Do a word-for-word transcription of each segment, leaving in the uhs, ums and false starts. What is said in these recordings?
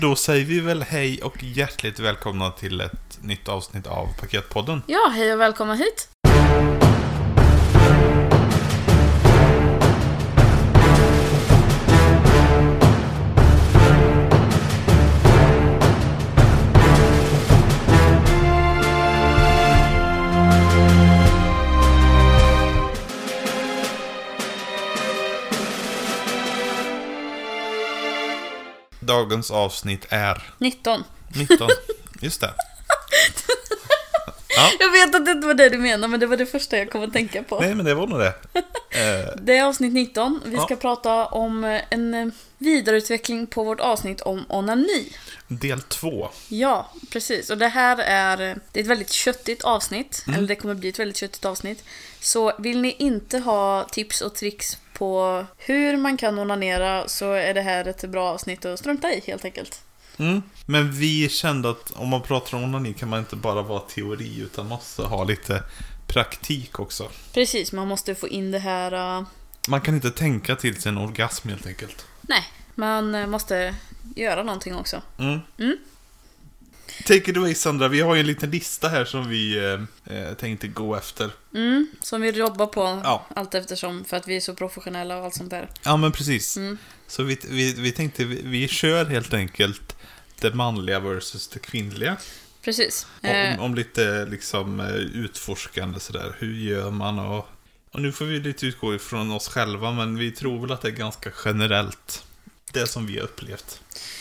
Då säger vi väl hej och hjärtligt välkomna till ett nytt avsnitt av Paketpodden. Ja, hej och välkomna hit. Dagens avsnitt är nitton. nitton, just det. Ja. Jag vet att det inte var det du menade, men det var det första jag kom att tänka på. Nej, men det var nog det. Det är avsnitt nitton. Vi ska ja. prata om en vidareutveckling på vårt avsnitt om onani. Del två. Ja, precis. Och det här är, det är ett väldigt köttigt avsnitt. Mm. Eller det kommer bli ett väldigt köttigt avsnitt. Så vill ni inte ha tips och tricks på hur man kan onanera, så är det här ett bra avsnitt att strunta i, helt enkelt. Mm. Men vi kände att om man pratar om onani kan man inte bara vara teori, utan måste ha lite praktik också. Precis, man måste få in det här... Uh... Man kan inte tänka till sig en orgasm, helt enkelt. Nej, man måste göra någonting också. Mm. Mm. Take it away, Sandra. Vi har ju en liten lista här som vi eh, tänkte gå efter. Mm, som vi jobbar på ja. allt eftersom, för att vi är så professionella och allt sånt där. Ja, men precis. Mm. Så vi, vi, vi tänkte, vi, vi kör helt enkelt det manliga versus det kvinnliga. Precis. Om, om lite liksom utforskande sådär. Hur gör man? Och, och nu får vi lite utgå ifrån oss själva, men vi tror väl att det är ganska generellt. Det som vi har upplevt.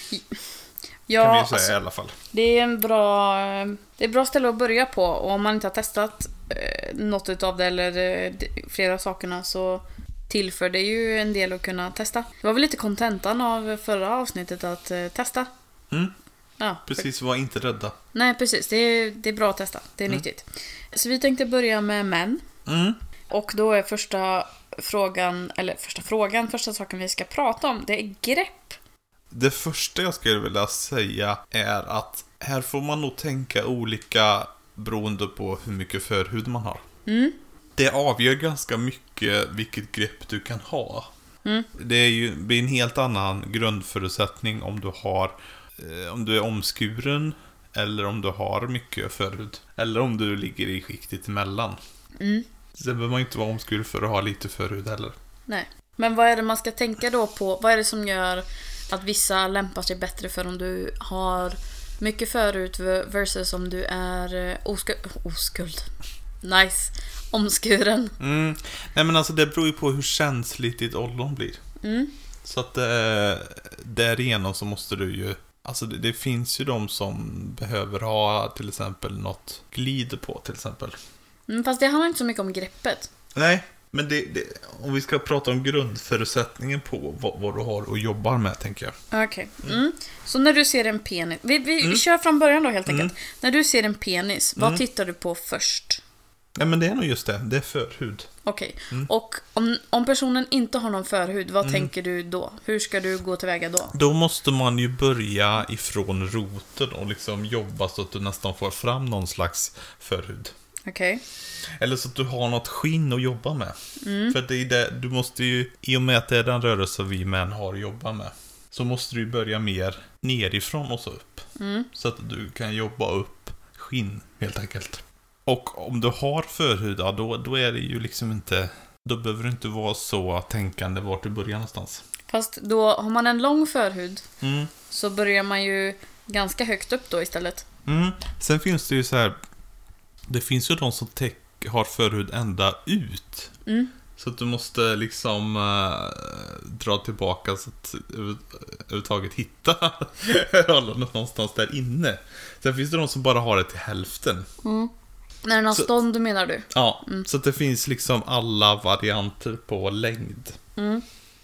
Ja, kan vi säga, alltså, i alla fall. Det är en bra det är ett bra ställe att börja på, och om man inte har testat eh, något utav det eller eh, flera sakerna, så tillför det ju en del att kunna testa. Det var väl lite kontentan av förra avsnittet, att eh, testa. Mm. Ja, precis, för... var inte rädda. Nej, precis. Det är, det är bra att testa. Det är mm. nyttigt. Så vi tänkte börja med män. Mm. Och då är första frågan, eller första frågan, första saken vi ska prata om, det är grepp. Det första jag skulle vilja säga är att här får man nog tänka olika beroende på hur mycket förhud man har. Mm. Det avgör ganska mycket vilket grepp du kan ha. Mm. Det är ju, blir en helt annan grundförutsättning om du har eh, om du är omskuren eller om du har mycket förhud. Eller om du ligger i skiktet emellan. Mm. Sen behöver man inte vara omskuren för att ha lite förhud heller. Nej. Men vad är det man ska tänka då på? Vad är det som gör att vissa lämpar sig bättre för om du har mycket förut versus om du är oskuld, oskuld. Nice. Omskuren. Mm. Nej, men alltså det beror ju på hur känsligt ditt ollon blir. Mm. Så att eh, därigenom så måste du ju, alltså det, det finns ju de som behöver ha till exempel något glid på till exempel. Mm, fast det handlar inte så mycket om greppet. Nej. Men det, det, om vi ska prata om grundförutsättningen på vad, vad du har och jobbar med, tänker jag. Okej. Okay. Mm. Så när du ser en penis... Vi, vi mm. kör från början då, helt enkelt. Mm. När du ser en penis, vad mm. tittar du på först? Nej, men det är nog just det. Det är förhud. Okej. Okay. Mm. Och om, om personen inte har någon förhud, vad mm. tänker du då? Hur ska du gå tillväga då? Då måste man ju börja ifrån roten och liksom jobba så att du nästan får fram någon slags förhud. Okej. Okay. Eller så att du har något skinn att jobba med. Mm. För det är det, du måste ju, i och med att det är den rörelse vi män har att jobba med, så måste du börja mer nerifrån och så upp. Mm. Så att du kan jobba upp skinn, helt enkelt. Och om du har förhud, då, då är det ju liksom inte, då behöver du inte vara så tänkande vart du börjar någonstans. Fast då har man en lång förhud, mm. så börjar man ju ganska högt upp då istället. Mm. Sen finns det ju så här, det finns ju de som täck, har förhud ända ut. Mm. Så att du måste liksom äh, dra tillbaka så att överhuvudtaget hitta förhållandet någonstans där inne. Sen finns det de som bara har det till hälften. Mm. När den har så, stånd, menar du? Ja, mm. så att det finns liksom alla varianter på längd. Mm.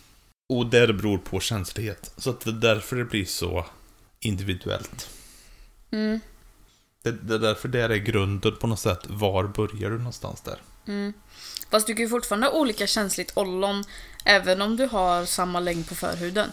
Och det beror på känslighet. Så att det är därför det blir så individuellt. Mm. Det, det är därför det är grunden på något sätt. Var börjar du någonstans där? Mm. Fast du kan ju fortfarande ha olika känsligt ollon även om du har samma längd på förhuden.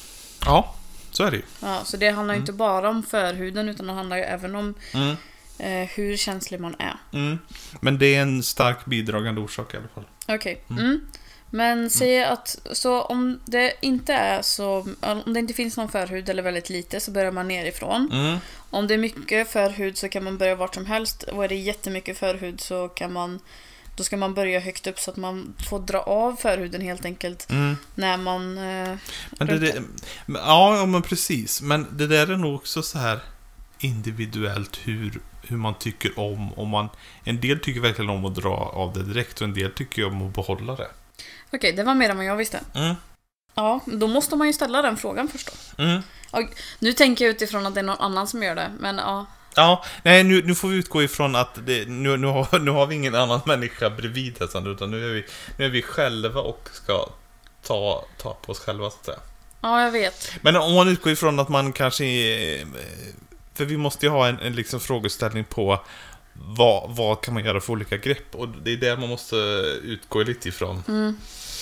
Ja, så är det ju. Ja, så det handlar ju mm. inte bara om förhuden, utan det handlar ju även om mm. eh, hur känslig man är. Mm. Men det är en stark bidragande orsak i alla fall. Okej. Okay. Mm. Mm. Men säg att så om det inte är så, om det inte finns någon förhud eller väldigt lite, så börjar man nerifrån. Mm. Om det är mycket förhud så kan man börja vart som helst. Och är det jättemycket förhud så kan man, då ska man börja högt upp så att man får dra av förhuden helt enkelt. Mm. När man eh, men det, det, ja, men precis. Men det där är nog också så här individuellt hur, hur man tycker om. om man, en del tycker verkligen om att dra av det direkt och en del tycker om att behålla det. Okej, okay, det var mer än vad jag visste. Mm. Ja, då måste man ju ställa den frågan först då. Mm. Och nu tänker jag utifrån att det är någon annan som gör det, men ja. Ja, nej, nu, nu får vi utgå ifrån att det, nu, nu, har, nu har vi ingen annan människa bredvid oss, utan nu är, vi, nu är vi själva och ska ta, ta på oss själva, så att säga. Ja, jag vet. Men om man utgår ifrån att man kanske är, för vi måste ju ha en, en liksom frågeställning på vad, vad kan man göra för olika grepp, och det är där man måste utgå lite ifrån. Mm.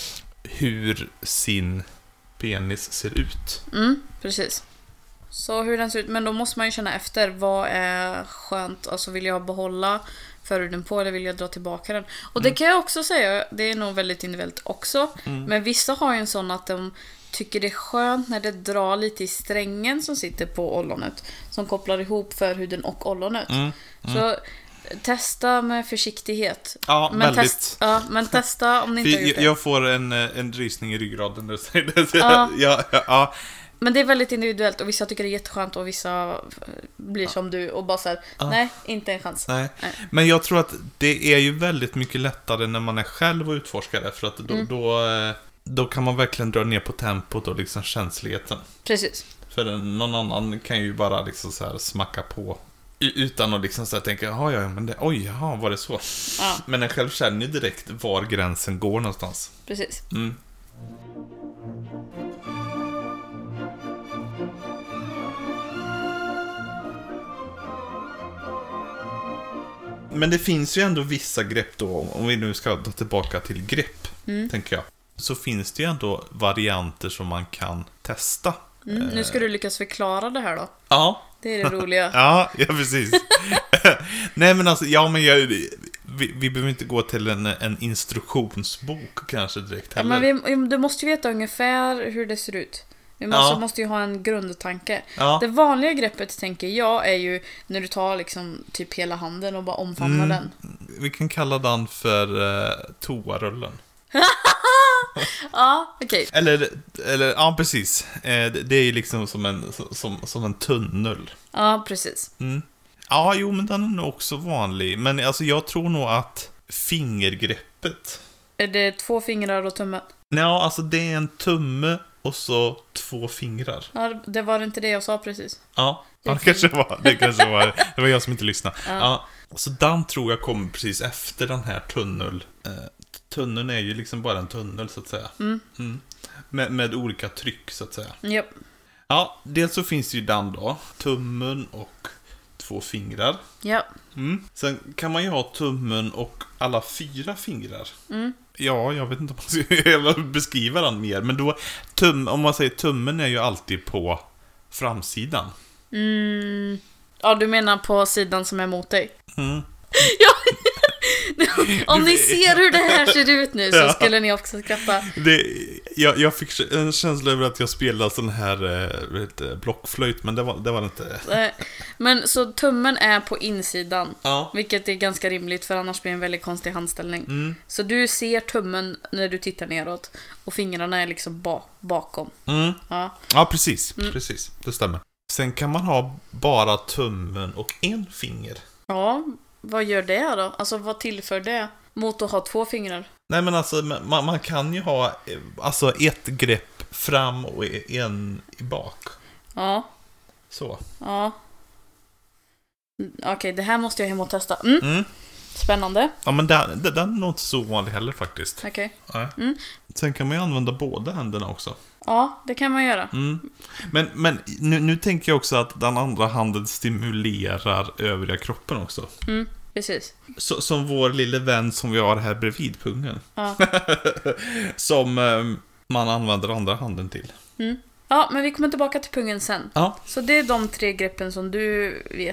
Hur sin penis ser ut. Mm, precis. Så hur den ser ut, men då måste man ju känna efter, vad är skönt, alltså vill jag behålla förhuden på eller vill jag dra tillbaka den? Och det Mm. kan jag också säga, det är nog väldigt individuellt också, Mm. men vissa har ju en sån att de tycker det är skönt när det drar lite i strängen som sitter på ollonet, som kopplar ihop förhuden och ollonet. Mm. Mm. Så testa med försiktighet. Ja, men, väldigt. test, ja, men testa om ni inte har gjort jag, det. jag får en, en rysning i ryggraden när du säger det. Ja. Ja, ja, ja. Men det är väldigt individuellt och vissa tycker det är jätteskönt och vissa blir som du och bara såhär, Ja. nej, inte en chans. Nej. Nej. Men jag tror att det är ju väldigt mycket lättare när man är själv och utforskar det, för att då, Mm. då, eh, då kan man verkligen dra ner på tempot och liksom känsligheten. Precis. För någon annan kan ju bara liksom så här smacka på u- utan att liksom så här tänka, jaha, ja, men det, oj, jaha, var det så? Ja, Men en själv känner ju direkt var gränsen går någonstans. precis. Mm. Men det finns ju ändå vissa grepp då, om vi nu ska ta tillbaka till grepp, Mm. tänker jag. Så finns det ju ändå varianter som man kan testa. Mm. Nu ska du lyckas förklara det här då. Ja, Det är det roliga. ja, ja precis. Nej, men alltså, ja, men jag, vi, vi behöver inte gå till en, en instruktionsbok kanske direkt Ja, heller. men vi, du måste ju veta ungefär hur det ser ut. Vi måste, Ja. måste ju ha en grundtanke. Ja. Det vanliga greppet, tänker jag, är ju när du tar liksom typ hela handen och bara omfamnar Mm. den. Vi kan kalla den för uh, toarullen. Ja, okej. Eller, eller, ja, precis. Eh, det, det är ju liksom som en, som, som en tunnel. Ja, precis. Mm. Ja, jo, men den är nog också vanlig. Men alltså, jag tror nog att fingergreppet... Är det två fingrar och tummen? Ja, alltså det är en tumme och så två fingrar. Ja, det var inte det jag sa precis. Ja, Det är ja, det kanske var. Det kanske var. Det var jag som inte lyssnade. Ja. Ja. Så den tror jag kommer precis efter den här tunnel. Eh, tunneln är ju liksom bara en tunnel, så att säga. Mm. Mm. Med, med olika tryck, så att säga. Japp. Ja, dels så finns det ju den då. Tummen och två fingrar. Ja. Mm. Sen kan man ju ha tummen och alla fyra fingrar. Mm. Ja, jag vet inte om man ska beskriva den mer. Men då, tum, om man säger tummen är ju alltid på framsidan. Mm. Ja, du menar på sidan som är mot dig? Mm. Om ni ser hur det här ser ut nu så Ja. skulle ni också skratta. Det, jag, jag fick en känsla över att jag spelade sån här eh, vet, blockflöjt, men det var, det var inte. Eh, Men så tummen är på insidan, Ja. vilket är ganska rimligt för annars blir det en väldigt konstig handställning. Mm. Så du ser tummen när du tittar neråt och fingrarna är liksom ba- bakom. Mm. Ja. Ja, precis. Mm. Precis. Det stämmer. Sen kan man ha bara tummen och en finger. Ja, vad gör det då? Alltså vad tillför det mot att ha två fingrar? Nej, men alltså man, man kan ju ha eh, alltså ett grepp fram och en i bak. Ja, Så. ja. Mm, Okej, det här måste jag hem och testa. Mm, Mm. spännande. Ja, men den, den är nog inte så vanlig heller faktiskt. Okej. Nej. Mm. Sen kan man ju använda båda händerna också. Ja, det kan man göra. Mm. Men, men nu, nu tänker jag också att den andra handen stimulerar övriga kroppen också. Mm, precis. Så, som vår lille vän som vi har här bredvid pungen. Ja. Som eh, man använder andra handen till. Mm. Ja, men vi kommer tillbaka till pungen sen. Ja. Så det är de tre greppen som du vet.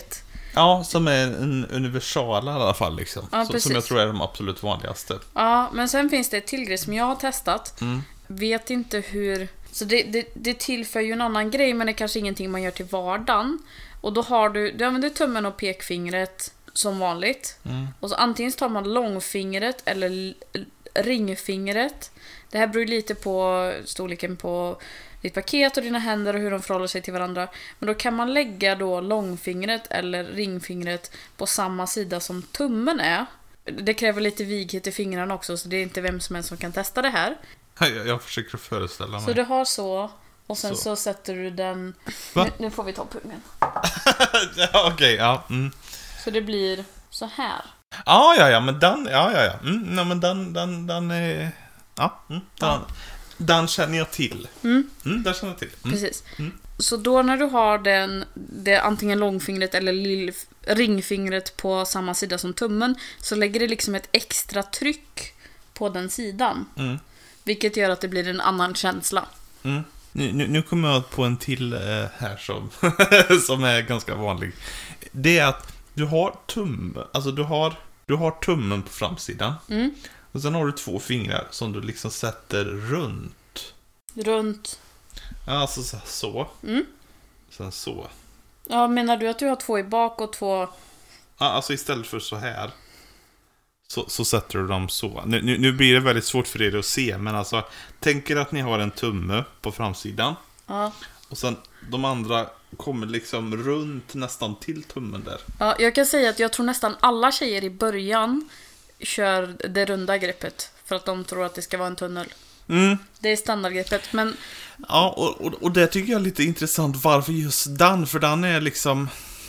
Ja, som är en universala i alla fall liksom. Ja, så, precis. som jag tror är de absolut vanligaste. Ja, men sen finns det ett till grej som jag har testat. Mm. Vet inte hur... Så det, det, det tillför ju en annan grej, men det är kanske ingenting man gör till vardagen. Och då har du... Du använder tummen och pekfingret som vanligt. Mm. Och så antingen tar man långfingret eller l- ringfingret. Det här beror lite på storleken på ditt paket och dina händer och hur de förhåller sig till varandra. Men då kan man lägga då långfingret eller ringfingret på samma sida som tummen är. Det kräver lite vighet i fingrarna också, så det är inte vem som helst som kan testa det här. Jag, jag försöker föreställa mig. Så du har så, och sen så, Så. så sätter du den... Va? Nu, nu får vi ta pungen. Ja, okej, okay, ja. Mm. Så det blir så här. Ja, ja, ja, men den, ja, ja, ja. Mm, nej, men den, den, den är... Ja, mm, den, Ja. den känner jag till. Mm. Mm, den känner jag till. Mm. Precis. Mm. Så då när du har den, det antingen långfingret eller lill, ringfingret på samma sida som tummen, så lägger det liksom ett extra tryck på den sidan. Mm. Vilket gör att det blir en annan känsla. Mm. Nu, nu, nu kommer jag på en till eh, här som, som är ganska vanlig. Det är att du har tum, alltså du har, du har tummen på framsidan. Mm. Och sen har du två fingrar som du liksom sätter runt. Runt. Ja, alltså så. så. Mm. Sen så. Ja, menar du att du har två i bak och två... Ja, alltså istället för så här. Så, så sätter du dem så. Nu, nu, nu blir det väldigt svårt för er att se. Men alltså, tänk er att ni har en tumme på framsidan. Ja. Och sen de andra kommer liksom runt nästan till tummen där. Ja, jag kan säga att jag tror nästan alla tjejer i början kör det runda greppet. För att de tror att det ska vara en tunnel. Mm. Det är standardgreppet, men... Ja, och, och, och det tycker jag är lite intressant. Varför just den? För den är liksom...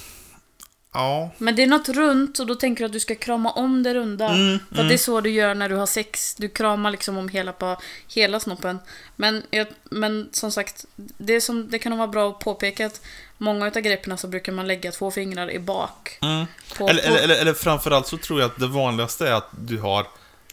Ja. Men det är något runt, och då tänker du att du ska krama om det runda. Mm, För att mm. det är så du gör när du har sex. Du kramar liksom om hela, på, hela snoppen. Men, jag, men som sagt, det, är som, det kan nog vara bra att påpeka att många av greppen så brukar man lägga två fingrar i bak. Mm. På, Eller, på, eller, eller, eller framförallt så tror jag att det vanligaste är att du har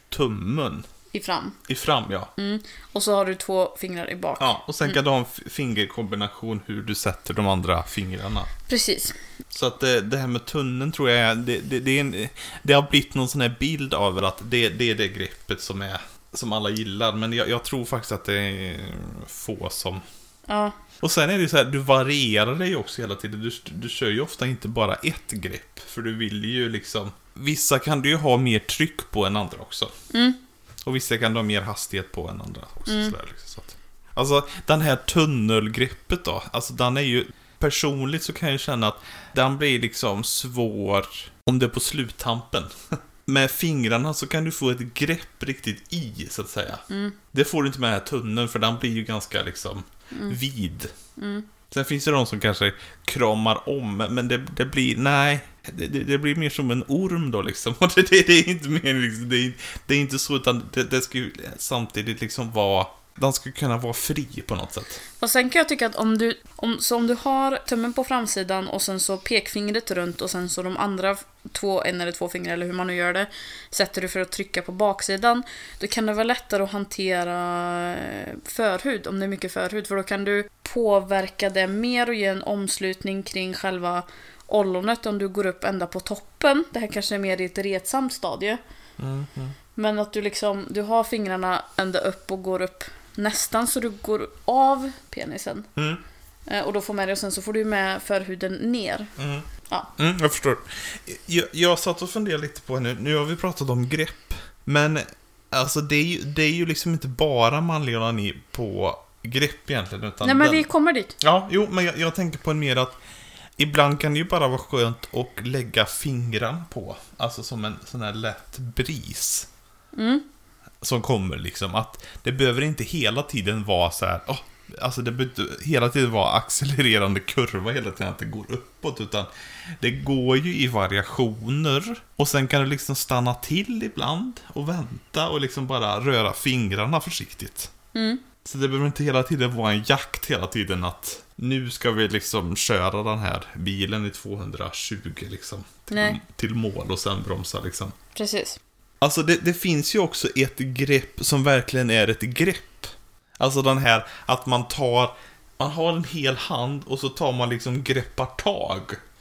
tummen i fram. i fram, ja. Mm. Och så har du två fingrar i bak. Ja, och sen kan du ha en f- fingerkombination hur du sätter de andra fingrarna. Precis. Så att det, det här med tunneln tror jag är, det, det, det, är en, det har blivit någon sån här bild av att det, det är det greppet som är som alla gillar. Men jag, jag tror faktiskt att det är få som... Ja. Och sen är det ju så här, du varierar dig också hela tiden. Du, du kör ju ofta inte bara ett grepp. För du vill ju liksom... Vissa kan du ju ha mer tryck på än andra också. Mm. Och vissa kan du ha mer hastighet på än andra också. Mm. Sådär, liksom, så att. Alltså, den här tunnelgreppet då. Alltså, den är ju... Personligt så kan jag känna att den blir liksom svår om det är på sluttampen. Med fingrarna så kan du få ett grepp riktigt i, så att säga. Mm. Det får du inte med den här tunneln, för den blir ju ganska liksom Mm. vid. Mm. Sen finns det de som kanske kramar om, men det, det blir, nej, det, det, det blir mer som en orm då liksom. Och det, det, det är inte mer liksom, det är, det är inte så, utan det, det ska ju samtidigt liksom vara, den ska kunna vara fri på något sätt. Och sen kan jag tycka att om du, om, så om du har tummen på framsidan och sen så pekfingret runt och sen så de andra två, en eller två fingrar eller hur man nu gör det, sätter du för att trycka på baksidan, då kan det vara lättare att hantera förhud, om det är mycket förhud, för då kan du påverka det mer och ge en omslutning kring själva ollonet om du går upp ända på toppen. Det här kanske är mer i ett retsamt stadie. Mm, mm. Men att du liksom, du har fingrarna ända upp och går upp nästan så du går av penisen. Mm. Eh, Och då får med det, och sen så får du med förhuden ner. Mm. Ja. Mm, jag förstår. Jag, jag satt och funderade lite på nu. Nu har vi pratat om grepp. Men alltså det är ju, det är ju liksom inte bara manliga onani på grepp egentligen. Utan Nej, men den, vi kommer dit. Ja, jo, men jag, jag tänker på en mer att ibland kan det ju bara vara skönt att lägga fingran på. Alltså som en sån här lätt bris. Mm. Som kommer liksom. Att det behöver inte hela tiden vara så här. Oh, alltså det behöver hela tiden vara accelererande kurva hela tiden. Att det går uppåt. Utan det går ju i variationer. Och sen kan du liksom stanna till ibland. Och vänta och liksom bara röra fingrarna försiktigt. Mm. Så det behöver inte hela tiden vara en jakt hela tiden att nu ska vi liksom köra den här bilen i tvåhundratjugo liksom till, Nej. till mål och sen bromsa liksom. Precis. Alltså det, det finns ju också ett grepp som verkligen är ett grepp. Alltså den här att man tar, man har en hel hand och så tar man liksom greppar tag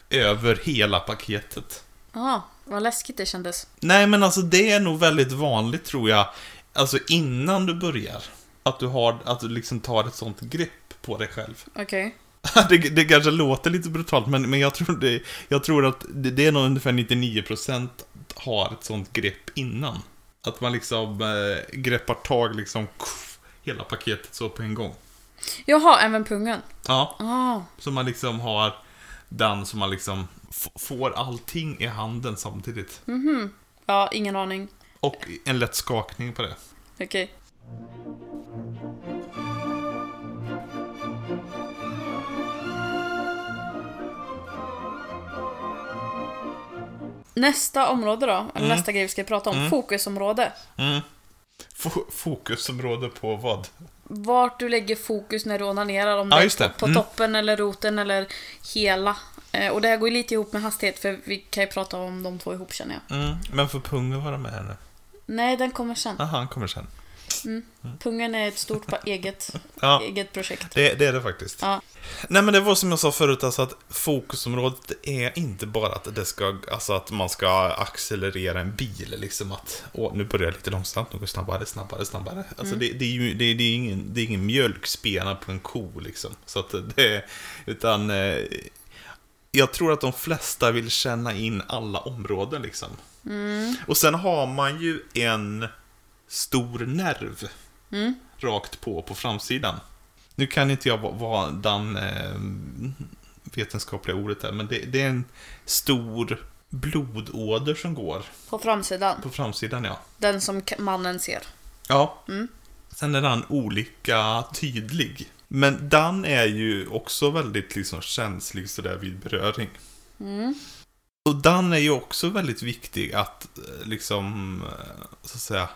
över hela paketet. Ja, vad läskigt det kändes. Nej, men alltså det är nog väldigt vanligt, tror jag. Alltså innan du börjar. Att du, har, att du liksom tar ett sånt grepp på dig själv. Okej. det, det kanske låter lite brutalt, men, men jag, tror det, jag tror att det, det är nog ungefär nittionio procent har ett sånt grepp innan. Att man liksom äh, greppar tag liksom kuff, hela paketet så på en gång. Jaha, även pungen. Ja, Ah. så man liksom har den som man liksom f- får allting i handen samtidigt. Mhm. Ja, ingen aning. Och en lätt skakning på det. Okej. Nästa område då, eller Mm. nästa grej vi ska prata om, Mm. fokusområde. Mm. F- fokusområde på vad? Vart du lägger fokus när du onanerar, om Ja, det just är det. på, på Mm. toppen eller roten eller hela. Eh, och det här går ju lite ihop med hastighet, för vi kan ju prata om de två ihop, känner jag. Mm. Men får pungen vara med här nu? Nej, den kommer sen. Aha, han kommer sen. Mm. Pungen är ett stort pa- eget, Ja, eget projekt. det, det är det faktiskt. Ja. Nej, men det var som jag sa förut, alltså att fokusområdet är inte bara att det ska, alltså att man ska accelerera en bil, liksom att, åh, nu börjar jag lite långsamt, nu går snabbare, snabbare, snabbare. Alltså Mm. det, det är ju det, det är ingen, det är ingen mjölkspena på en ko, liksom. Så att det, utan eh, jag tror att de flesta vill känna in alla områden, liksom. Mm. Och sen har man ju en stor nerv Mm. rakt på på framsidan. Nu kan inte jag vad, vad den eh, vetenskapliga ordet är, men det, det är en stor blodåder som går På framsidan. på framsidan, ja. Den som k- mannen ser. Ja. Mm. Sen är den olika tydlig. Men den är ju också väldigt liksom känslig sådär vid beröring. Mm. Och den är ju också väldigt viktig att eh, liksom, eh, så att säga,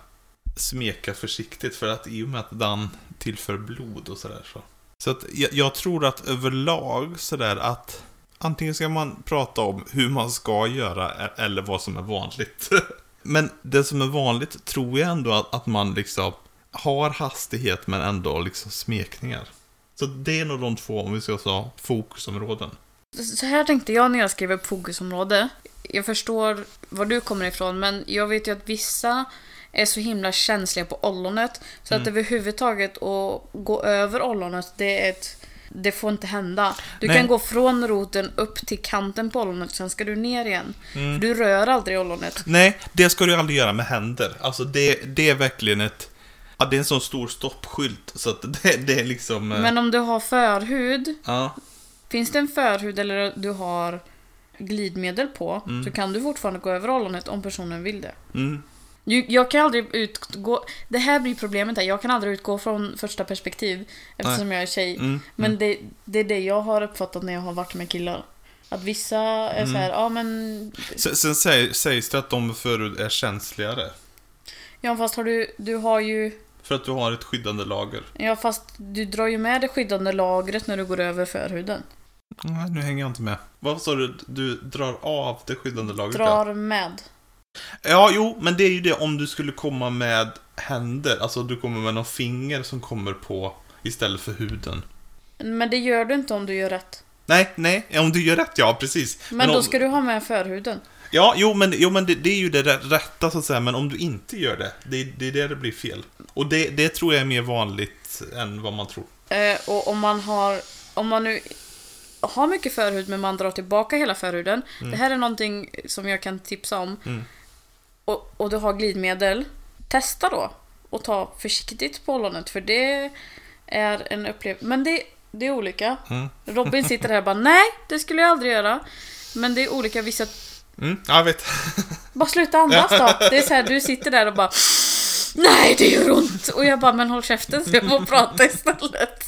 smeka försiktigt, för att i och med att den tillför blod och sådär så. Så att jag, jag tror att överlag sådär att antingen ska man prata om hur man ska göra eller vad som är vanligt. Men det som är vanligt tror jag ändå att, att man liksom har hastighet men ändå liksom smekningar. Så det är nog de två, om vi ska säga, fokusområden. Så här tänkte jag när jag skrev upp fokusområde. Jag förstår var du kommer ifrån, men jag vet ju att vissa är så himla känsliga på ollonet, så Mm. att överhuvudtaget att gå över ollonet, det är ett, det får inte hända. Du Nej. kan gå från roten upp till kanten på ollonet, sen ska du ner igen. Mm. Du rör aldrig ollonet. Nej, det ska du aldrig göra med händer. Alltså det, det är verkligen ett... Ja, det är en sån stor stoppskylt. Så att det, det är liksom... eh, Men om du har förhud, Ja, finns det en förhud eller du har glidmedel på, Mm. så kan du fortfarande gå över ollonet om personen vill det. mm, Ju- Jag kan aldrig utgå... Det här blir problemet här. Jag kan aldrig utgå från första perspektiv, eftersom jag är tjej. mm, Men mm. det, det är det jag har uppfattat när jag har varit med killar. Att vissa är Mm. så här, ja men... Sen, sen säg, sägs det att de förut är känsligare. Ja, fast har du, du har ju... För att du har ett skyddande lager. Ja, fast du drar ju med det skyddande lagret när du går över förhuden. Nej, nu hänger jag inte med. Vad sa du? Du drar av det skyddande lagret? Drar med. Ja, jo, men det är ju det om du skulle komma med händer. Alltså du kommer med någon finger som kommer på istället för huden. Men det gör du inte om du gör rätt. Nej, nej, om du gör rätt, ja, precis. Men, om, då ska du ha med förhuden. Ja, jo, men, jo, men det, det är ju det rätta så att säga. Men om du inte gör det, det, det är där det blir fel. Och det, det tror jag är mer vanligt än vad man tror. Eh, och om man har... Om man nu har mycket förhud men man drar tillbaka hela förhuden. Mm. Det här är någonting som jag kan tipsa om. Mm. Och, och du har glidmedel. Testa då. Och ta försiktigt på ollonet. För det är en upplevelse. Men det, det är olika. Mm. Robin sitter här och bara, nej, det skulle jag aldrig göra. Men det är olika. Vissa... Mm, jag vet. Bara sluta andas då. Det är så här, du sitter där och bara, nej, det gör ont. Och jag bara, men håll käften så jag får prata istället.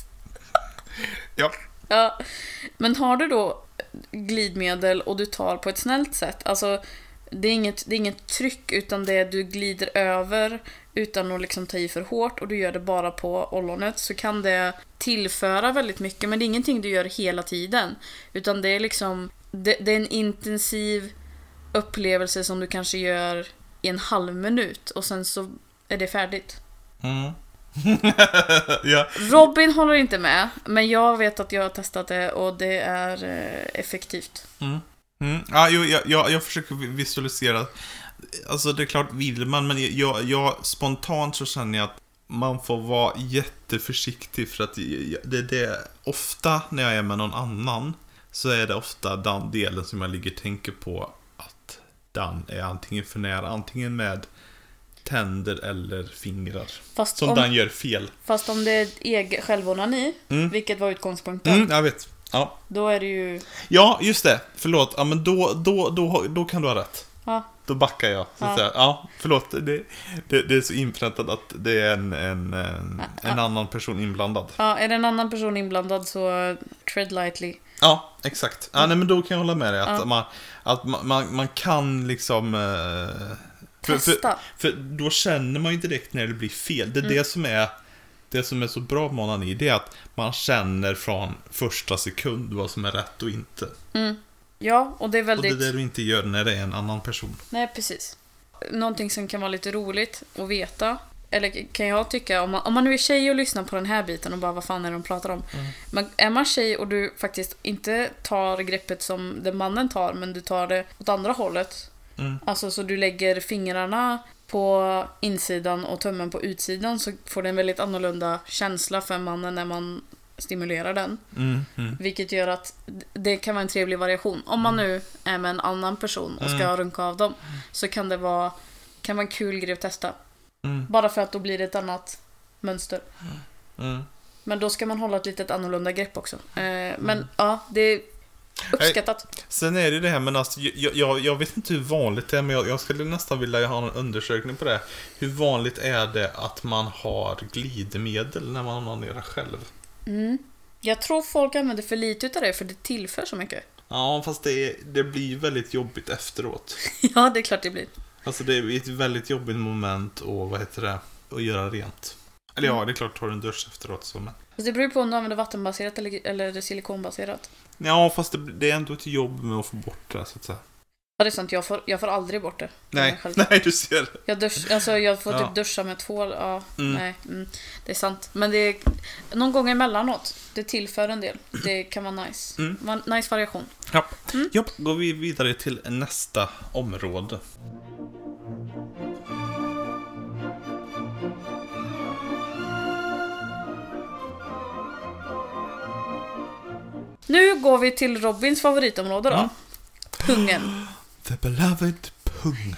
Ja. Ja. Men har du då glidmedel och du tar på ett snällt sätt, alltså det är inget, det är inget tryck, utan det är du glider över utan att liksom ta i för hårt, och du gör det bara på ollonet, så kan det tillföra väldigt mycket. Men det är ingenting du gör hela tiden, utan det är liksom det, det är en intensiv upplevelse som du kanske gör i en halv minut och sen så är det färdigt. Mm. Ja. Robin håller inte med, men jag vet att jag har testat det och det är eh, effektivt. Mm. Mm. Ja, jo, jag, jag, jag försöker visualisera. Alltså det är klart vill man, men jag, jag spontant så känner jag att man får vara jätteförsiktig, för att det är det, ofta när jag är med någon annan så är det ofta den delen som jag ligger och tänker på, att den är antingen för nära, antingen med tänder eller fingrar. Fast som om, den gör fel. Fast om det är egen självonani, mm. vilket var utgångspunkten. Mm, jag vet. Ja. Då är det ju... Ja, just det. Förlåt. Ja, men då, då, då, då kan du ha rätt. Ja. Då backar jag. Så att ja. säga. Ja, förlåt. Det, det, det är så inpräntat att det är en, en, en, ja. en annan person inblandad. Ja, är det en annan person inblandad så tread lightly. Ja, exakt. Ja, nej, men då kan jag hålla med dig. Att, ja. man, att man, man, man kan liksom... Eh, för, för, för då känner man ju direkt när det blir fel. Det är mm. det som är... Det som är så bra med onani, det är att man känner från första sekund vad som är rätt och inte. Mm. Ja, och det är väldigt... Och det är det du inte gör när det är en annan person. Nej, precis. Någonting som kan vara lite roligt att veta, eller kan jag tycka, om man, om man nu är tjej och lyssnar på den här biten och bara vad fan är det de pratar om. Mm. Men är man tjej och du faktiskt inte tar greppet som den mannen tar, men du tar det åt andra hållet. Mm. Alltså så du lägger fingrarna på insidan och tummen på utsidan, så får det en väldigt annorlunda känsla för mannen när man stimulerar den. Mm, mm. Vilket gör att det kan vara en trevlig variation. Om man nu är med en annan person och ska mm. runka av dem, så kan det vara, kan vara en kul grej att testa. Mm. Bara för att då blir det ett annat mönster. Mm. Men då ska man hålla ett litet annorlunda grepp också. Eh, men mm. ja, det är uppskattat. Hey, sen är det det här, men alltså, jag, jag, jag vet inte hur vanligt det är, men jag, jag skulle nästan vilja ha en undersökning på det. Hur vanligt är det att man har glidmedel när man onanerar själv? Mm. Jag tror folk använder för lite utav det, för det tillför så mycket. Ja, fast det, är, det blir väldigt jobbigt efteråt. Ja, det är klart det blir. Alltså det är ett väldigt jobbigt moment och vad heter det, att göra rent. Eller ja, det är klart, tar du en dusch efteråt så, men... Fast det beror på om du använder vattenbaserat eller, eller silikonbaserat. Ja, fast det, det är ändå ett jobb med att få bort det, så att säga. Ja, det är sant. Jag får, jag får aldrig bort det. Nej, nej, du ser. Jag, dusch, alltså, jag får ja. typ duscha med tvål. Ja, mm. nej. Mm, det är sant. Men det är någon gång emellanåt. Det tillför en del. Det kan vara nice. Mm. Nice variation. Ja, mm. ja, går vi vidare till nästa område. Nu går vi till Robins favoritområde då. Mm. Pungen. The beloved pung.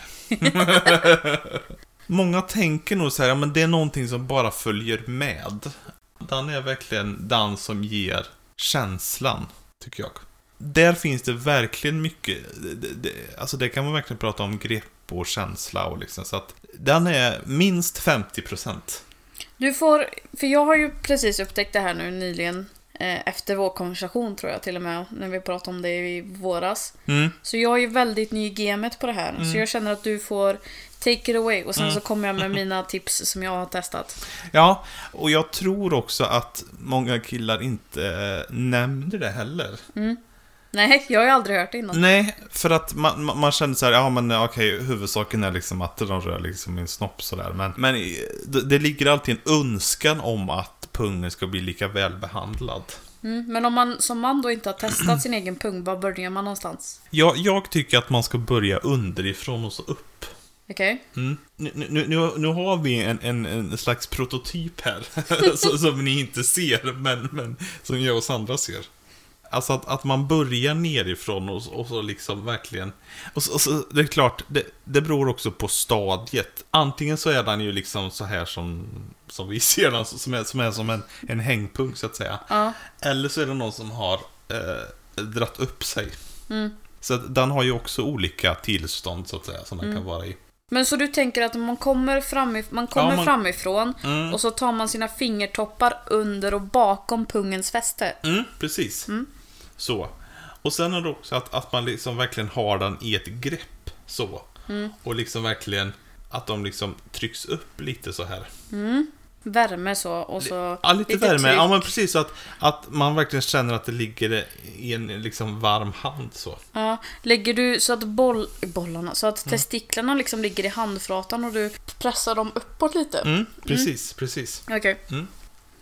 Många tänker nog så här, ja, men det är någonting som bara följer med. Den är verkligen den som ger känslan, tycker jag. Där finns det verkligen mycket, det, det, alltså det kan man verkligen prata om grepp och känsla och liksom, så att den är minst femtio procent. Du får, för jag har ju precis upptäckt det här nu nyligen. Efter vår konversation tror jag till och med, när vi pratade om det i våras. Mm. Så jag är ju väldigt ny i gamet på det här. Mm. Så jag känner att du får take it away. Och sen mm. så kommer jag med mina tips som jag har testat. Ja, och jag tror också att många killar inte äh, nämner det heller. Mm. Nej, jag har ju aldrig hört det innan. Nej, för att man, man, man känner så här, ja men okej, okay, huvudsaken är liksom att de rör liksom en snopp sådär. Men, men det, det ligger alltid en önskan om att pungen ska bli lika välbehandlad. Mm, men om man som man då inte har testat sin egen pung, var börjar man någonstans? Ja, jag tycker att man ska börja underifrån och så upp. Okej. Okay. Mm. Nu, nu, nu, nu har vi en, en, en slags prototyp här så, som ni inte ser, men, men som jag och Sandra ser. Alltså att, att man börjar nerifrån och, och så liksom verkligen... Och så, och så, det är klart, det, det beror också på stadiet. Antingen så är den ju liksom så här som, som vi ser den, som är som, är som en, en hängpunkt så att säga. Ja. Eller så är det någon som har eh, dratt upp sig. Mm. Så att den har ju också olika tillstånd så att säga som den mm. kan vara i. Men så du tänker att man kommer, framif- man kommer ja, man... framifrån mm. och så tar man sina fingertoppar under och bakom pungens fäste. Mm, precis. Mm. Så. Och sen är det också att, att man liksom verkligen har den i ett grepp så. Mm. Och liksom verkligen att de liksom trycks upp lite så här. Mm. Värme så och så ja, lite, lite värme. Tryck. Ja, men precis så att, att man verkligen känner att det ligger i en liksom varm hand så. Ja, lägger du så att boll, bollarna så att mm. testiklarna liksom ligger i handflatan och du pressar dem uppåt lite. Mm, precis, mm. precis. Okej. Okay. Mm.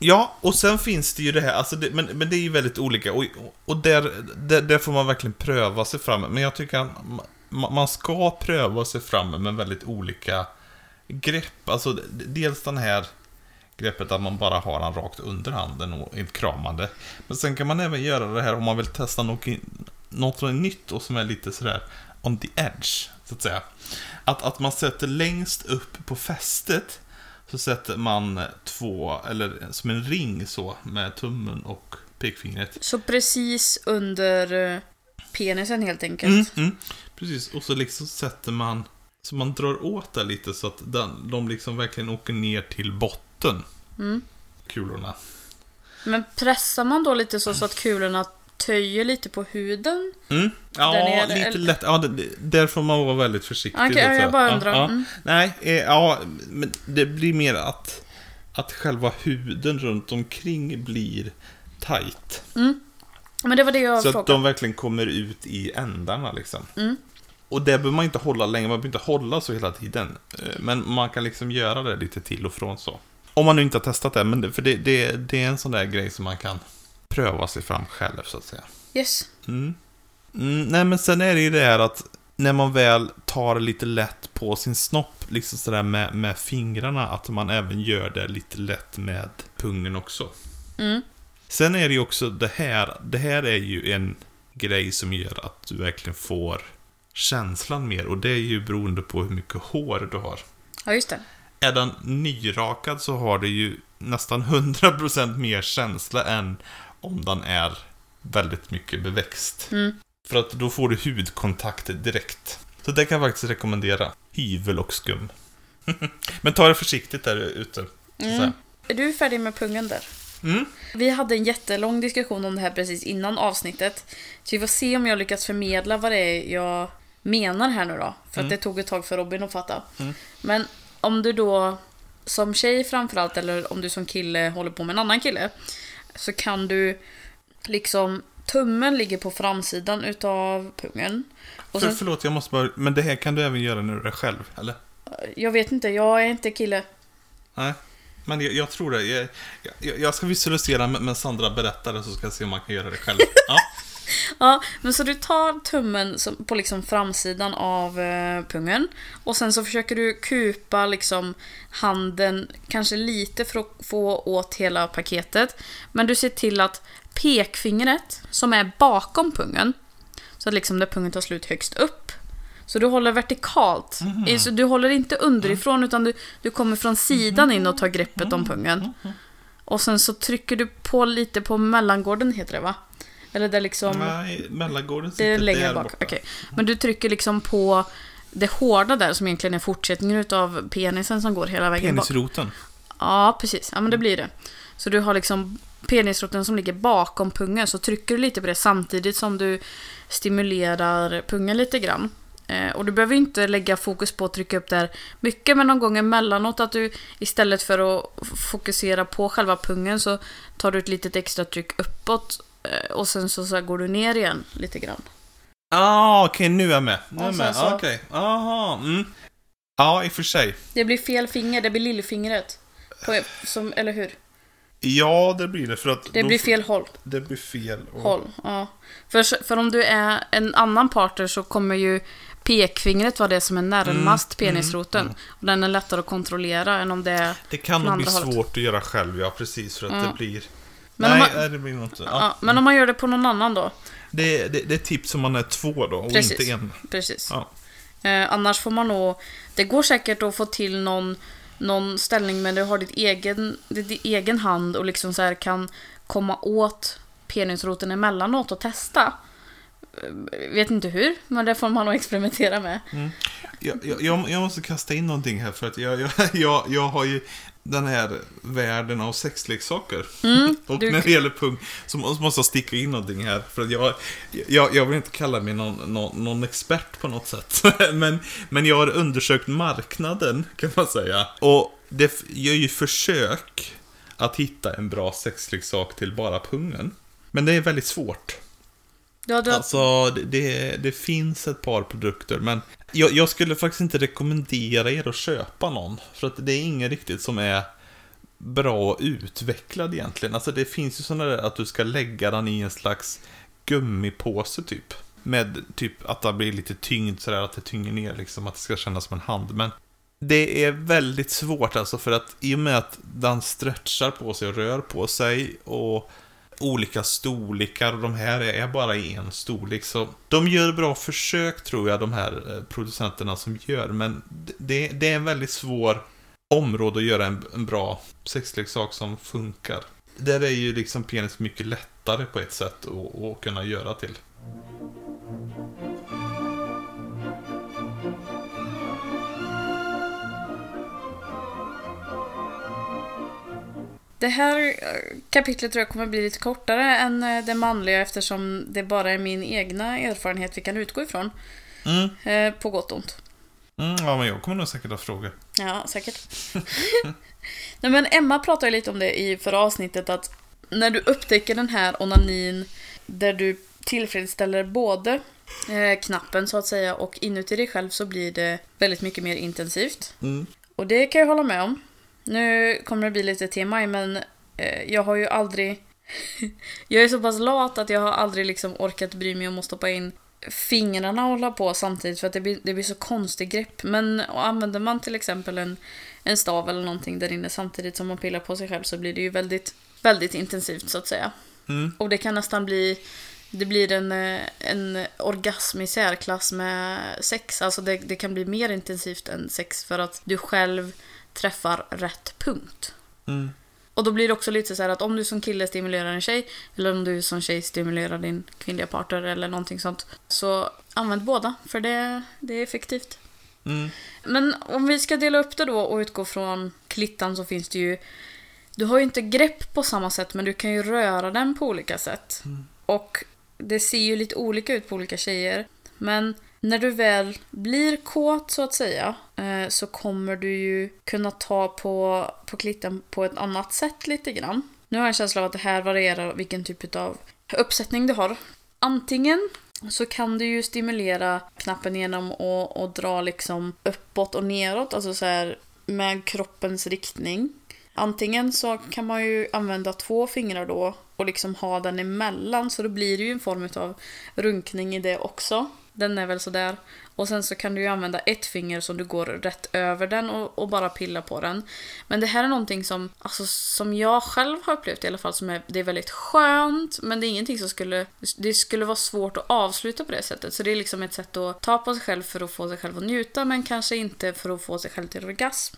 Ja, och sen finns det ju det här, alltså det, men, men det är ju väldigt olika. Och, och där, där, där får man verkligen pröva sig fram. Men jag tycker att man, man ska pröva sig fram med väldigt olika grepp. Alltså dels den här greppet att man bara har han rakt under handen och inte kramande. Men sen kan man även göra det här om man vill testa något, något nytt och som är lite sådär on the edge, så att säga. Att, att man sätter längst upp på fästet, så sätter man två, eller som en ring så, med tummen och pekfingret. Så precis under penisen helt enkelt. Mm, mm, precis, och så liksom sätter man, så man drar åt det lite så att den, de liksom verkligen åker ner till botten. Mm. Kulorna. Men pressar man då lite så, så att kulorna töjer lite på huden? Mm. Ja, nere, lite eller? lätt. Ja, det, där får man vara väldigt försiktig. Okej, okay, jag bara undrar. Ja, ja. Mm. Nej, eh, ja, men det blir mer att, att själva huden runt omkring blir tight. Mm. Men det var det jag så frågade. Att de verkligen kommer ut i ändarna liksom. Mm. Och det behöver man inte hålla länge, man behöver inte hålla så hela tiden. Men man kan liksom göra det lite till och från så. Om man nu inte har testat det, men det, för det, det, det är en sån där grej som man kan pröva sig fram själv, så att säga. Yes. Mm. Mm, nej, men sen är det ju det här att när man väl tar lite lätt på sin snopp, liksom sådär med, med fingrarna, att man även gör det lite lätt med pungen också. Mm. Sen är det ju också det här, det här är ju en grej som gör att du verkligen får känslan mer, och det är ju beroende på hur mycket hår du har. Ja, just det. Är den nyrakad så har det ju nästan hundra procent mer känsla än om den är väldigt mycket beväxt. Mm. För att då får du hudkontakt direkt. Så det kan jag faktiskt rekommendera. Hyvel och skum. Men ta det försiktigt där ute. Mm. Är du färdig med pungen där? Mm. Vi hade en jättelång diskussion om det här precis innan avsnittet. Så vi får se om jag lyckas förmedla vad det är jag menar här nu då. För Mm. att det tog ett tag för Robin att fatta. Mm. Men om du då som tjej framförallt, eller om du som kille håller på med en annan kille, så kan du liksom, tummen ligger på framsidan utav pungen. Och För, sen, förlåt, jag måste bara... Men det här kan du även göra när du är själv, eller? jag vet inte, jag är inte kille. Nej, men jag, jag tror det. Jag, jag, jag ska visualisera med, med Sandra berättare, så ska jag se om man kan göra det själv. Ja. Ja, men så du tar tummen som, på liksom framsidan av eh, pungen, och sen så försöker du kupa liksom handen kanske lite för att få åt hela paketet, men du ser till att pekfingret som är bakom pungen, så att liksom där pungen tar slut högst upp, så du håller vertikalt. Mm. Så du håller inte underifrån, utan du, du kommer från sidan in och tar greppet om pungen. Och sen så trycker du på lite på mellangården, heter det va? Eller där liksom... Nej, mellangården det sitter är längre där bak. borta. Okay. Men du trycker liksom på det hårda där, som egentligen är fortsättningen utav penisen som går hela vägen bak. Penisroten. Ja, precis. Ja, men det blir det. Så du har liksom penisroten som ligger bakom pungen, så trycker du lite på det samtidigt som du stimulerar pungen lite grann. Eh, och du behöver inte lägga fokus på att trycka upp där mycket, men någon gång emellanåt att du istället för att fokusera på själva pungen, så tar du ett litet extra tryck uppåt, eh, och sen så, så går du ner igen lite grann. Ah, okej, okay, nu är jag med. Nu är jag Och med. sen så- Okej. Okay. Aha. Mm. Ja, i och för sig. Det blir fel finger, det blir lillfingret. På, som, eller hur? Ja, det blir det, för att Det då- blir fel håll. Det blir fel. Och... håll. Ja. För, för om du är en annan partner, så kommer ju pekfingret vara det som är närmast Mm, penisroten. mm, Och den är lättare att kontrollera än om det är... Det kan från nog bli andra hållet. svårt att göra själv, ja, precis, för att Mm. det blir... Men Nej, om man- nej, det blir nog inte. Ja. Ja, men om man gör det på någon annan då? Det, det, det är tips om man är två då, och Precis. inte en. Precis. Ja. Eh, annars får man nog... Det går säkert att få till någon, någon ställning, men du har ditt egen, din egen hand och liksom så här kan komma åt penisroten emellanåt och testa. Eh, Vet inte hur, men det får man nog experimentera med. Jag, jag, jag jag måste kasta in någonting här, för att jag, jag, jag, jag har ju den här världen av sexleksaker. Mm, Och du- när det gäller pung så må- måste jag sticka in någonting här. För att jag, jag, jag vill inte kalla mig någon, någon, någon expert på något sätt. men, men jag har undersökt marknaden, kan man säga. Och det f- gör ju försök att hitta en bra sexleksak till bara pungen. Men det är väldigt svårt. Ja, du, Alltså, det, det, det finns ett par produkter, men jag, jag skulle faktiskt inte rekommendera er att köpa någon. För att det är ingen riktigt som är bra utvecklad egentligen. Alltså det finns ju sådana där att du ska lägga den i en slags gummipåse typ. Med typ att det blir lite tyngd sådär, att det tynger ner liksom, att det ska kännas som en hand. Men det är väldigt svårt alltså, för att i och med att den stretchar på sig och rör på sig och olika storlekar, och de här är bara i en storlek, så de gör bra försök tror jag, de här producenterna som gör, men det, det är en väldigt svår område att göra en, en bra sexleksak som funkar. Där är ju liksom penis mycket lättare på ett sätt att, att kunna göra till. Det här kapitlet tror jag kommer bli lite kortare än det manliga, eftersom det bara är min egna erfarenhet vi kan utgå ifrån. Mm. På gott och ont. Mm, ja, men jag kommer nog säkert ha frågor. Ja, säkert. Nej, men Emma pratade lite om det i förra avsnittet, att när du upptäcker den här onanin där du tillfredsställer både eh, knappen så att säga och inuti dig själv, så blir det väldigt mycket mer intensivt. Mm. Och det kan jag hålla med om. Nu kommer det bli lite T M I, men eh, jag har ju aldrig jag är så pass lat att jag har aldrig liksom orkat bry mig om att stoppa in fingrarna och hålla på samtidigt, för att det blir, det blir så konstigt grepp. Men använder man till exempel en, en stav eller någonting där inne samtidigt som man pillar på sig själv, så blir det ju väldigt, väldigt intensivt så att säga. Mm. Och det kan nästan bli det blir en, en orgasm i särklass med sex. Alltså det, det kan bli mer intensivt än sex, för att du själv träffar rätt punkt. Mm. Och då blir det också lite så här att om du som kille stimulerar en tjej, eller om du som tjej stimulerar din kvinnliga partner eller någonting sånt, så använd båda, för det, det är effektivt. Mm. Men om vi ska dela upp det då och utgå från klittan, så finns det ju, du har ju inte grepp på samma sätt, men du kan ju röra den på olika sätt. Mm. Och det ser ju lite olika ut på olika tjejer. Men när du väl blir kåt så att säga, så kommer du ju kunna ta på, på klitten på ett annat sätt lite grann. Nu har jag en känsla av att det här varierar vilken typ av uppsättning du har. Antingen så kan du ju stimulera knappen genom att, att dra liksom uppåt och neråt, alltså så här med kroppens riktning. Antingen så kan man ju använda två fingrar då och liksom ha den emellan, så då blir det ju en form av runkning i det också. Den är väl så där. Och sen så kan du ju använda ett finger som du går rätt över den och, och bara pilla på den. Men det här är någonting som, alltså, som jag själv har upplevt i alla fall, som är, det är väldigt skönt, men det är ingenting som skulle, det skulle vara svårt att avsluta på det sättet. Så det är liksom ett sätt att ta på sig själv för att få sig själv att njuta, men kanske inte för att få sig själv till orgasm.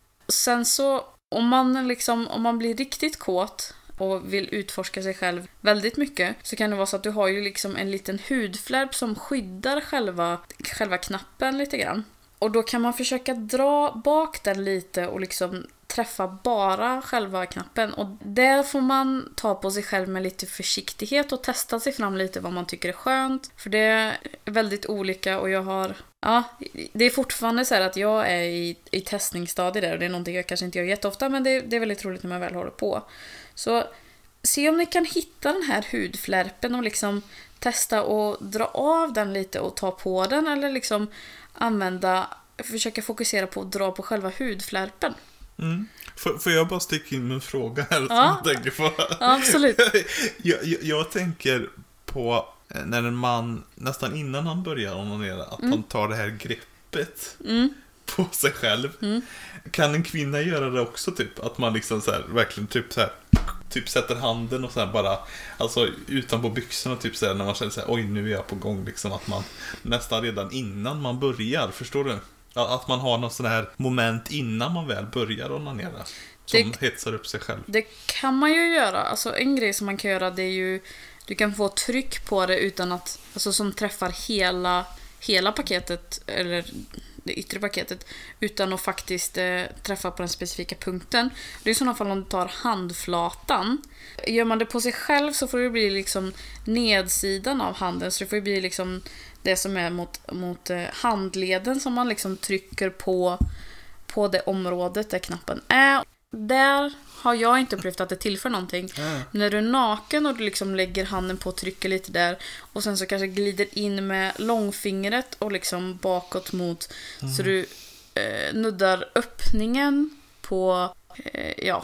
Sen så, om man liksom, om man blir riktigt kåt och vill utforska sig själv väldigt mycket, så kan det vara så att du har ju liksom en liten hudflärp som skyddar själva, själva knappen lite grann. Och då kan man försöka dra bak den lite och liksom träffa bara själva knappen. Och där får man ta på sig själv med lite försiktighet och testa sig fram lite vad man tycker är skönt. För det är väldigt olika, och jag har... Ja, det är fortfarande så här att jag är i, i testningsstadiet där, och det är någonting jag kanske inte gör jätteofta, men det, det är väldigt roligt när man väl håller på. Så se om ni kan hitta den här hudflärpen och liksom testa och dra av den lite och ta på den, eller liksom använda, försöka fokusera på att dra på själva hudflärpen. Mm. Får, får jag bara sticka in med en fråga här som ja. jag tänker på? Ja, absolut. jag, jag, jag tänker på när en man nästan innan han börjar onanera, att mm. han tar det här greppet mm. på sig själv. Mm. Kan en kvinna göra det också typ? Att man liksom så här, verkligen typ så här, typ sätter handen och så här bara, alltså utanpå byxorna typ så här, när man känner så här, oj nu är jag på gång liksom, att man nästan redan innan man börjar, förstår du? Att man har någon sån här moment innan man väl börjar onanera som det, hetsar upp sig själv. Det kan man ju göra. Alltså en grej som man kan göra, det är ju, du kan få tryck på det utan att, alltså som träffar hela hela paketet, eller det yttre paketet, utan att faktiskt eh, träffa på den specifika punkten. Det är i sådana fall om du tar handflatan. Gör man det på sig själv så får det bli liksom nedsidan av handen, så det får bli liksom det som är mot, mot eh, handleden, som man liksom trycker på på det området där knappen är. Där har jag inte upplevt att det tillför någonting. Mm. När du är naken och du liksom lägger handen på och trycker lite där, och sen så kanske glider in med långfingret och liksom bakåt mot, mm. så du eh, nuddar öppningen på eh, ja,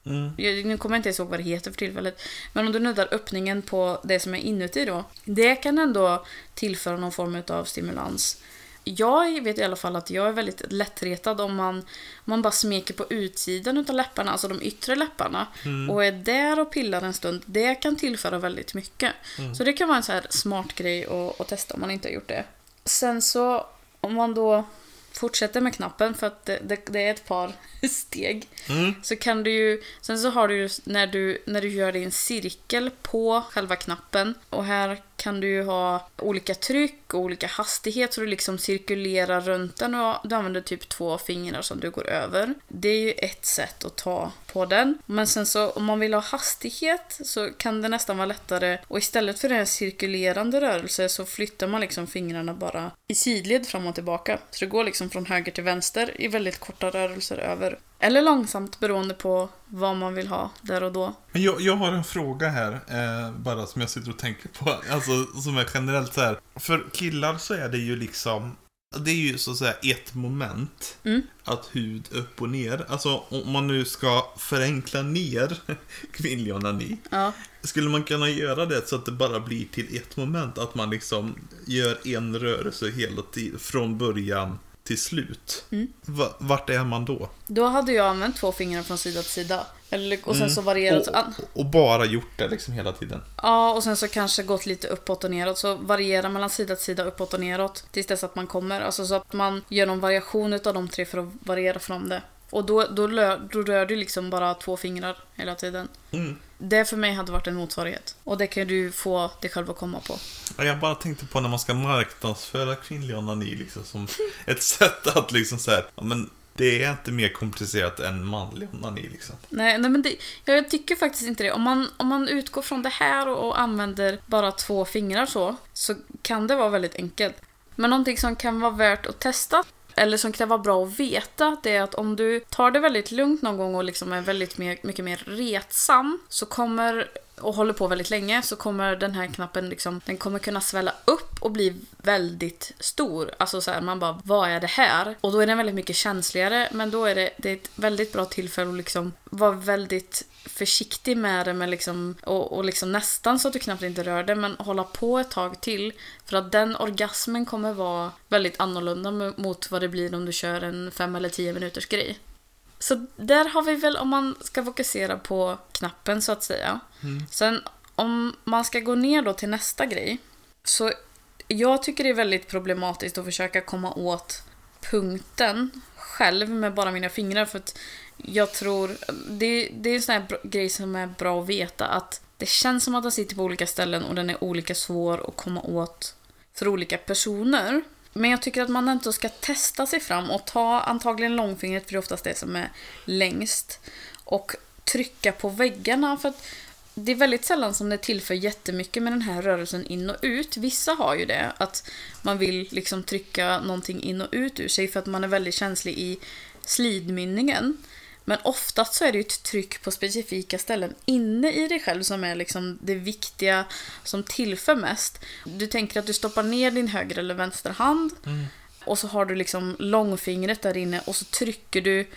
Mm. Jag, nu kommer jag inte ihåg vad det heter för tillfället. Men om du nuddar öppningen på det som är inuti då. Det kan ändå tillföra någon form av stimulans. Jag vet i alla fall att jag är väldigt lättretad om man, om man bara smeker på utsidan av läpparna, alltså de yttre läpparna, Mm. och är där och pillar en stund. Det kan tillföra väldigt mycket. Mm. Så det kan vara en så här smart grej att, att testa om man inte har gjort det. Sen så, om man då fortsätter med knappen, för att det, det, det är ett par steg, Mm. så kan du ju, sen så har du ju när du, när du gör din cirkel på själva knappen, och här kan du ju ha olika tryck och olika hastighet, så du liksom cirkulerar runt den, och du använder typ två fingrar som du går över. Det är ju ett sätt att ta på den. Men sen så om man vill ha hastighet så kan det nästan vara lättare, och istället för en cirkulerande rörelse så flyttar man liksom fingrarna bara i sidled fram och tillbaka. Så det går liksom från höger till vänster i väldigt korta rörelser över. Eller långsamt, beroende på vad man vill ha där och då. Men jag, jag har en fråga här, eh, bara som jag sitter och tänker på. Alltså som är generellt så här. För killar så är det ju liksom, det är ju så att säga ett moment. Mm. Att hud upp och ner. Alltså om man nu ska förenkla ner kvinnlig onani. Ja. Skulle man kunna göra det så att det bara blir till ett moment? Att man liksom gör en rörelse hela tiden, från början till slut. Mm. Va, vart är man då? Då hade jag använt två fingrar från sida till sida. Eller, och sen Mm. så varierat. Och, och bara gjort det liksom hela tiden. Ja, och sen så kanske gått lite uppåt och neråt. Så variera mellan sida till sida, uppåt och neråt. Tills dess att man kommer. Alltså så att man gör någon variation av de tre för att variera från det. Och då, då, lö, då rör du liksom bara två fingrar hela tiden. Mm. Det för mig hade varit en motsvarighet. Och det kan du få dig själv att komma på. Jag bara tänkte på när man ska marknadsföra kvinnlig onani liksom, som ett sätt att liksom så här, ja, men det är inte mer komplicerat än manlig onani liksom. Nej, nej men det, jag tycker faktiskt inte det. Om man, om man utgår från det här och, och använder bara två fingrar så, så kan det vara väldigt enkelt. Men någonting som kan vara värt att testa, eller som kan vara bra att veta, det är att om du tar det väldigt lugnt någon gång och liksom är väldigt mer, mycket mer retsam, så kommer, och håller på väldigt länge, så kommer den här knappen liksom, den kommer kunna svälla upp och bli väldigt stor. Alltså så här, man bara, vad är det här? Och då är den väldigt mycket känsligare, men då är det, det är ett väldigt bra tillfälle att liksom vara väldigt försiktig med det, med liksom, och, och liksom nästan så att du knappt inte rör det, men hålla på ett tag till, för att den orgasmen kommer vara väldigt annorlunda mot vad det blir om du kör en fem eller tio minuters grej. Så där har vi väl, om man ska fokusera på knappen så att säga. Mm. Sen om man ska gå ner då till nästa grej, så jag tycker det är väldigt problematiskt att försöka komma åt punkten själv med bara mina fingrar, för att jag tror det, det är en sån här grej som är bra att veta, att det känns som att den sitter på olika ställen och den är olika svår att komma åt för olika personer. Men jag tycker att man inte ska testa sig fram och ta antagligen långfingret, för det är oftast det som är längst, och trycka på väggarna, för att det är väldigt sällan som det tillför jättemycket med den här rörelsen in och ut. Vissa har ju det, att man vill liksom trycka någonting in och ut ur sig för att man är väldigt känslig i slidmynningen. Men oftast så är det ju ett tryck på specifika ställen inne i dig själv som är liksom det viktiga, som tillför mest. Du tänker att du stoppar ner din höger eller vänster hand, Mm. och så har du liksom långfingret där inne, och så trycker du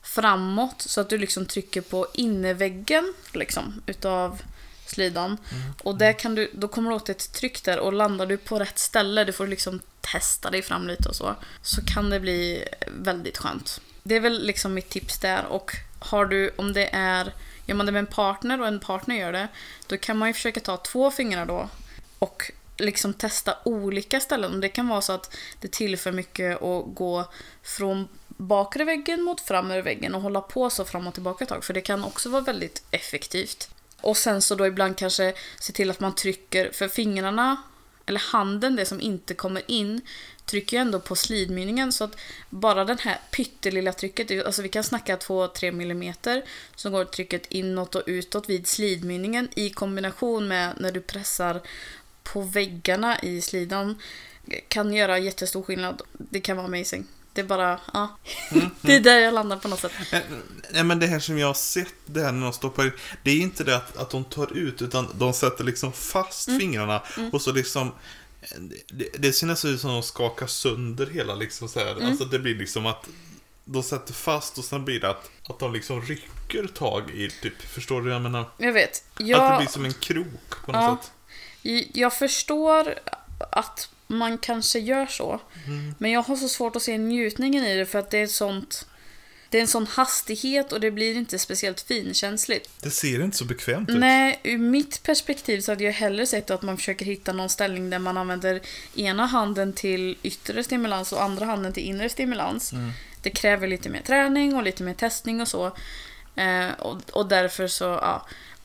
framåt så att du liksom trycker på innerväggen liksom utav slidan. Mm. Och där kan du, då kommer du åt ett tryck där, och landar du på rätt ställe, du får liksom testa dig fram lite och så, så kan det bli väldigt skönt. Det är väl liksom mitt tips där. Och har du, om det är, gör man det med en partner och en partner gör det, då kan man ju försöka ta två fingrar då och liksom testa olika ställen. Det kan vara så att det tillför mycket att gå från bakre väggen mot framre väggen och hålla på så fram och tillbaka ett tag, för det kan också vara väldigt effektivt. Och sen så då ibland kanske se till att man trycker, för fingrarna eller handen, det som inte kommer in, trycker ju ändå på slidmynningen, så att bara den här pyttelilla trycket, alltså vi kan snacka två till tre millimeter, så går trycket inåt och utåt vid slidmynningen i kombination med när du pressar på väggarna i slidan, kan göra jättestor skillnad. Det kan vara amazing. Det är bara, ja. Mm, mm. Det är där jag landar på något sätt. Nej, men det här som jag har sett, det här när de stoppar in, det är inte det att, att de tar ut, utan de sätter liksom fast mm. fingrarna mm. och så liksom det, det ser nästan ut som att de skakar sönder hela liksom så här. Mm. Alltså det blir liksom att de sätter fast och sen blir det att, att de liksom rycker tag i typ, förstår du? Jag menar, Jag vet. Jag, att det blir som en krok på något ja, sätt. Jag förstår att man kanske gör så. Mm. Men jag har så svårt att se njutningen i det för att det är ett sånt... Det är en sån hastighet och det blir inte speciellt finkänsligt. Det ser inte så bekvämt ut. Nej, ur mitt perspektiv så hade jag hellre sett att man försöker hitta någon ställning där man använder ena handen till yttre stimulans och andra handen till inre stimulans. Mm. Det kräver lite mer träning och lite mer testning och så. Eh, och, och därför så, ja.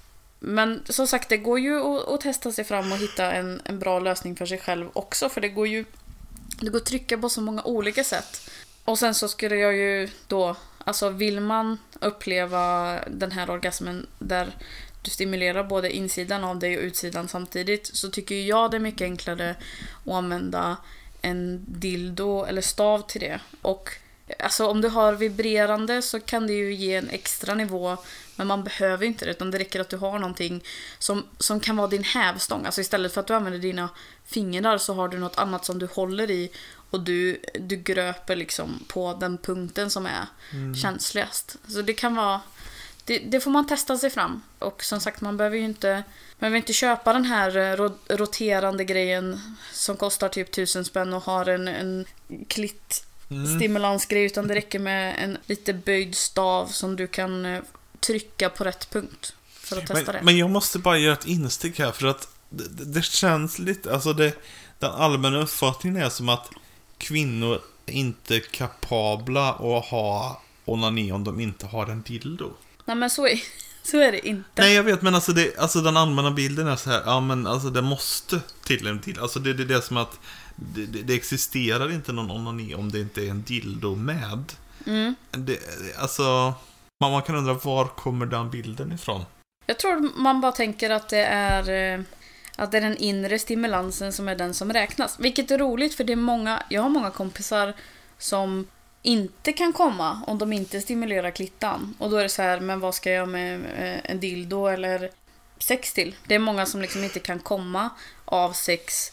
Men som sagt, det går ju att, att testa sig fram och hitta en, en bra lösning för sig själv också. För det går ju det går att trycka på så många olika sätt. Och sen så skulle jag ju då, alltså vill man uppleva den här orgasmen där du stimulerar både insidan av dig och utsidan samtidigt, så tycker jag det är mycket enklare att använda en dildo eller stav till det. Och alltså om du har vibrerande så kan det ju ge en extra nivå, men man behöver inte det, utan det räcker att du har någonting som, som kan vara din hävstång. Alltså istället för att du använder dina fingrar så har du något annat som du håller i och du, du gröper liksom på den punkten som är mm. känsligast. Så det kan vara... Det, det får man testa sig fram. Och som sagt, man behöver ju inte, man behöver inte köpa den här ro, roterande grejen som kostar typ tusen spänn och har en, en klitt mm. stimulansgrej, utan det räcker med en lite böjd stav som du kan trycka på rätt punkt för att testa men, det. Men jag måste bara göra ett instick här, för att det, det känns lite, alltså det, den allmänna uppfattningen är som att kvinnor inte är kapabla att ha onani om de inte har en dildo. Nej, men så är, så är det inte. Nej, jag vet, men alltså, det, alltså den allmänna bilden är så här, ja men alltså det måste till en till. Alltså det är det, det som att det, det, det existerar inte någon onani om det inte är en dildo med. Mm. Det, alltså, man, man kan undra, var kommer den bilden ifrån? Jag tror man bara tänker att det är... Att det är den inre stimulansen som är den som räknas. Vilket är roligt, för det är många, jag har många kompisar som inte kan komma om de inte stimulerar klittan. Och då är det så här, men vad ska jag med en dildo eller sex till? Det är många som liksom inte kan komma av sex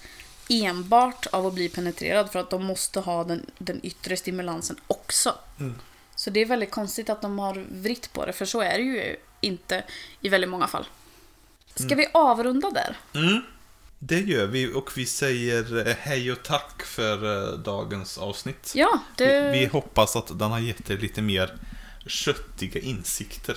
enbart av att bli penetrerad, för att de måste ha den, den yttre stimulansen också. Mm. Så det är väldigt konstigt att de har vritt på det, för så är det ju inte i väldigt många fall. Ska mm. vi avrunda där? Mm. Det gör vi, och vi säger hej och tack för dagens avsnitt. Ja, det... vi, vi hoppas att den har gett er lite mer köttiga insikter.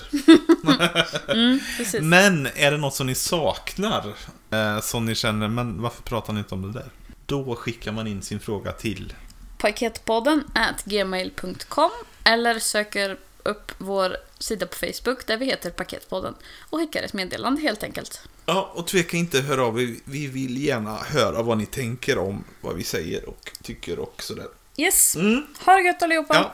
mm, precis. Men är det något som ni saknar, eh, som ni känner, men varför pratar ni inte om det där? Då skickar man in sin fråga till paketpodden at gmail punkt com eller söker upp vår sida på Facebook där vi heter Paketpodden och skickar ett meddelande helt enkelt. Ja, och tveka inte, hör av. Vi, vi vill gärna höra vad ni tänker om vad vi säger och tycker och sådär. Yes, mm. ha det gött allihopa. Ja,